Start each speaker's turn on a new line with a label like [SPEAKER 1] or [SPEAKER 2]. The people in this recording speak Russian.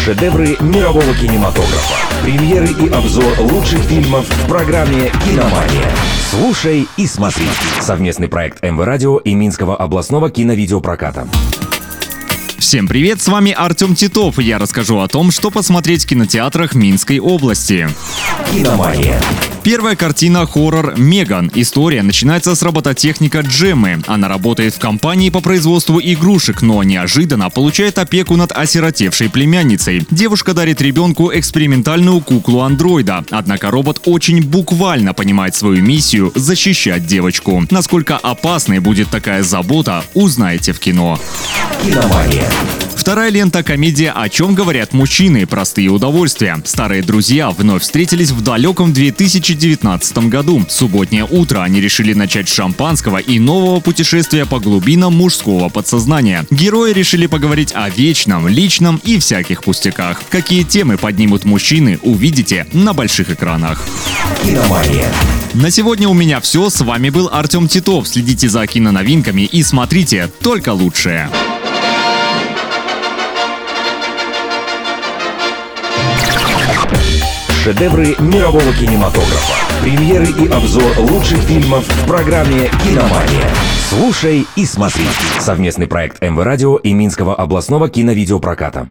[SPEAKER 1] Шедевры мирового кинематографа. Премьеры и обзор лучших фильмов в программе «Киномания». Слушай и смотри. Совместный проект МВ Радио и Минского областного киновидеопроката.
[SPEAKER 2] Всем привет, с вами Артем Титов, и я расскажу о том, что посмотреть в кинотеатрах Минской области.
[SPEAKER 1] «Киномания».
[SPEAKER 2] Первая картина — хоррор «Меган». История начинается с робототехника Джеммы. Она работает в компании по производству игрушек, но неожиданно получает опеку над осиротевшей племянницей. Девушка дарит ребенку экспериментальную куклу-андроида. Однако робот очень буквально понимает свою миссию — защищать девочку. Насколько опасной будет такая забота, узнаете в кино.
[SPEAKER 1] «Киномания».
[SPEAKER 2] Вторая лента — комедия «О чем говорят мужчины. Простые удовольствия». Старые друзья вновь встретились в далеком 2019 году. В субботнее утро они решили начать с шампанского и нового путешествия по глубинам мужского подсознания. Герои решили поговорить о вечном, личном и всяких пустяках. Какие темы поднимут мужчины, увидите на больших экранах.
[SPEAKER 1] «Киномания».
[SPEAKER 2] На сегодня у меня все. С вами был Артем Титов. Следите за киноновинками и смотрите только лучшее.
[SPEAKER 1] Шедевры мирового кинематографа. Премьеры и обзор лучших фильмов в программе «Киномания». Слушай и смотри. Совместный проект МВ Радио и Минского областного киновидеопроката.